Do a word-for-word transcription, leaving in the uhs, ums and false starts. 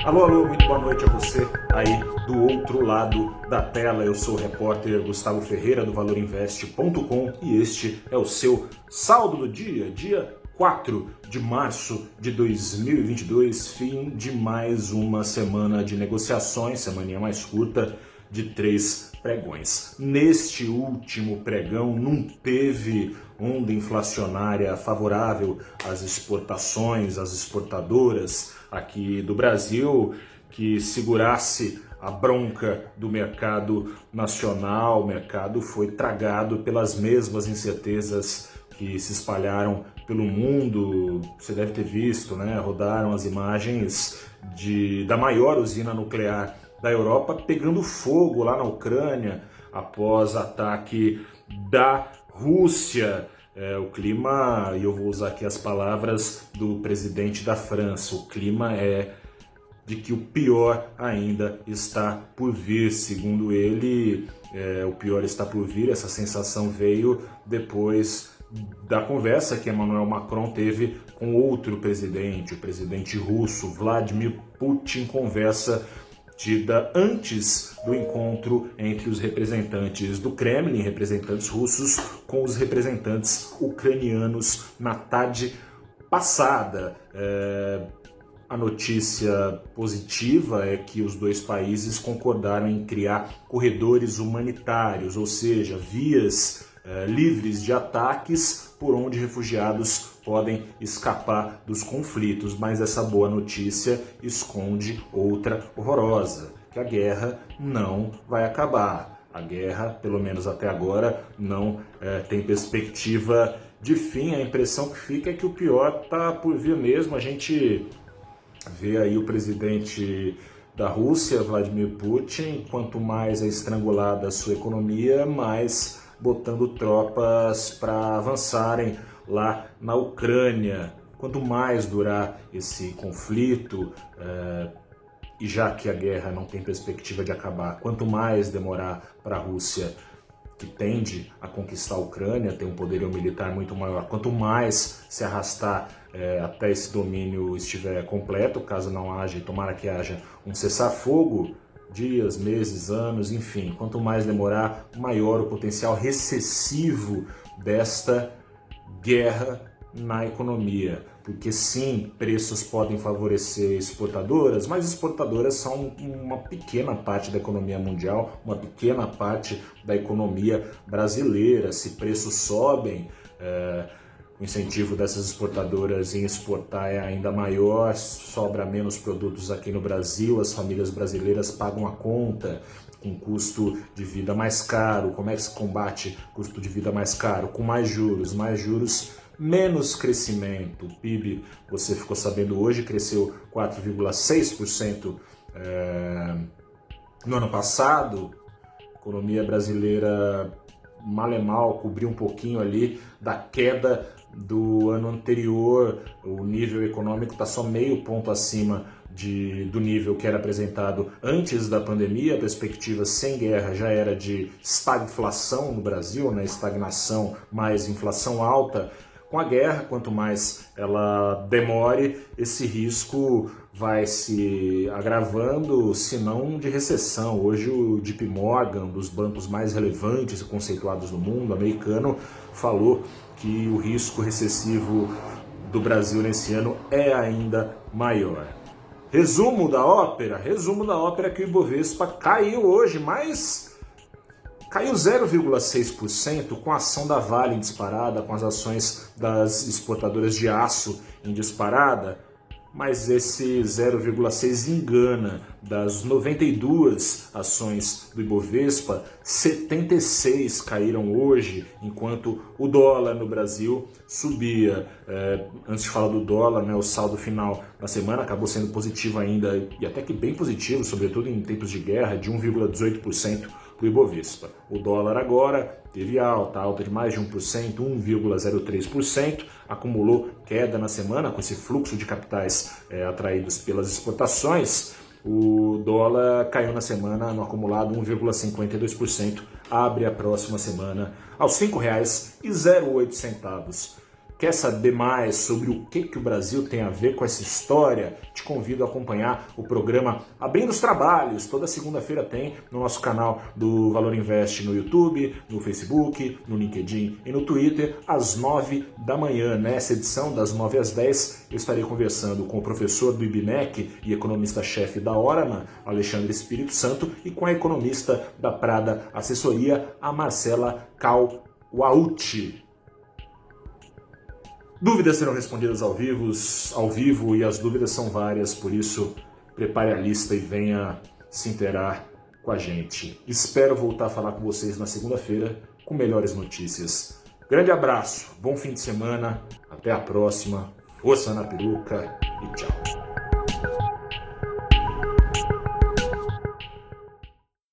Alô, alô, muito boa noite a você aí do outro lado da tela. Eu sou o repórter Gustavo Ferreira do valor invest ponto com e este é o seu saldo do dia, dia quatro de março de dois mil e vinte e dois, fim de mais uma semana de negociações, semaninha mais curta de três pregões. Neste último pregão não teve onda inflacionária favorável às exportações, às exportadoras aqui do Brasil, que segurasse a bronca do mercado nacional. O mercado foi tragado pelas mesmas incertezas que se espalharam pelo mundo. Você deve ter visto, né? Rodaram as imagens de, da maior usina nuclear da Europa pegando fogo lá na Ucrânia após ataque da Rússia. É, o clima, e eu vou usar aqui as palavras do presidente da França, o clima é de que o pior ainda está por vir. Segundo ele, é, o pior está por vir. Essa sensação veio depois da conversa que Emmanuel Macron teve com outro presidente, o presidente russo, Vladimir Putin, conversa tida antes do encontro entre os representantes do Kremlin, representantes russos, com os representantes ucranianos na tarde passada. É, a notícia positiva é que os dois países concordaram em criar corredores humanitários, ou seja, vias é, livres de ataques por onde refugiados podem escapar dos conflitos. Mas essa boa notícia esconde outra horrorosa, que a guerra não vai acabar. A guerra, pelo menos até agora, não é, tem perspectiva de fim. A impressão que fica é que o pior está por vir mesmo. A gente vê aí o presidente da Rússia, Vladimir Putin, quanto mais é estrangulada a sua economia, mais botando tropas para avançarem lá na Ucrânia. Quanto mais durar esse conflito, é, e já que a guerra não tem perspectiva de acabar, quanto mais demorar para a Rússia, que tende a conquistar a Ucrânia, ter um poderio militar muito maior, quanto mais se arrastar é, até esse domínio estiver completo, caso não haja, e tomara que haja um cessar-fogo, dias, meses, anos, enfim, quanto mais demorar, maior o potencial recessivo desta guerra na economia. Porque sim, preços podem favorecer exportadoras, mas exportadoras são uma pequena parte da economia mundial, uma pequena parte da economia brasileira. Se preços sobem, é, o incentivo dessas exportadoras em exportar é ainda maior, sobra menos produtos aqui no Brasil, as famílias brasileiras pagam a conta com custo de vida mais caro. Como é que se combate custo de vida mais caro? Com mais juros, mais juros, menos crescimento. O P I B, você ficou sabendo hoje, cresceu quatro vírgula seis por cento é, no ano passado. A economia brasileira mal é mal cobriu um pouquinho ali da queda do ano anterior. O nível econômico está só meio ponto acima de, do nível que era apresentado antes da pandemia. A perspectiva sem guerra já era de estagflação no Brasil, né? Estagnação mais inflação alta. Com a guerra, quanto mais ela demore, esse risco vai se agravando, se não de recessão. Hoje o J P Morgan, um dos bancos mais relevantes e conceituados do mundo, americano, falou que o risco recessivo do Brasil nesse ano é ainda maior. Resumo da ópera? Resumo da ópera é que o Ibovespa caiu hoje, mas caiu zero vírgula seis por cento com a ação da Vale em disparada, com as ações das exportadoras de aço em disparada, mas esse zero vírgula seis engana. Das noventa e duas ações do Ibovespa, setenta e seis caíram hoje, enquanto o dólar no Brasil subia. É, antes de falar do dólar, né, o saldo final da semana acabou sendo positivo ainda, e até que bem positivo, sobretudo em tempos de guerra, de um vírgula dezoito por cento para o Ibovespa. O dólar agora teve alta, alta de mais de um por cento, um vírgula zero três por cento, acumulou queda na semana com esse fluxo de capitais é, atraídos pelas exportações. O dólar caiu na semana no acumulado um vírgula cinquenta e dois por cento, abre a próxima semana aos cinco reais e zero oito centavos. Quer saber mais sobre o que, que o Brasil tem a ver com essa história? Te convido a acompanhar o programa Abrindo os Trabalhos. Toda segunda-feira tem no nosso canal do Valor Invest no YouTube, no Facebook, no LinkedIn e no Twitter, às nove da manhã. Nessa edição, das nove às dez, eu estarei conversando com o professor do I B M E C e economista-chefe da Oraman, Alexandre Espírito Santo, e com a economista da Prada Assessoria, a Marcela Cauauti. Dúvidas serão respondidas ao vivo, ao vivo e as dúvidas são várias, por isso prepare a lista e venha se inteirar com a gente. Espero voltar a falar com vocês na segunda-feira com melhores notícias. Grande abraço, bom fim de semana, até a próxima, força na peruca e tchau.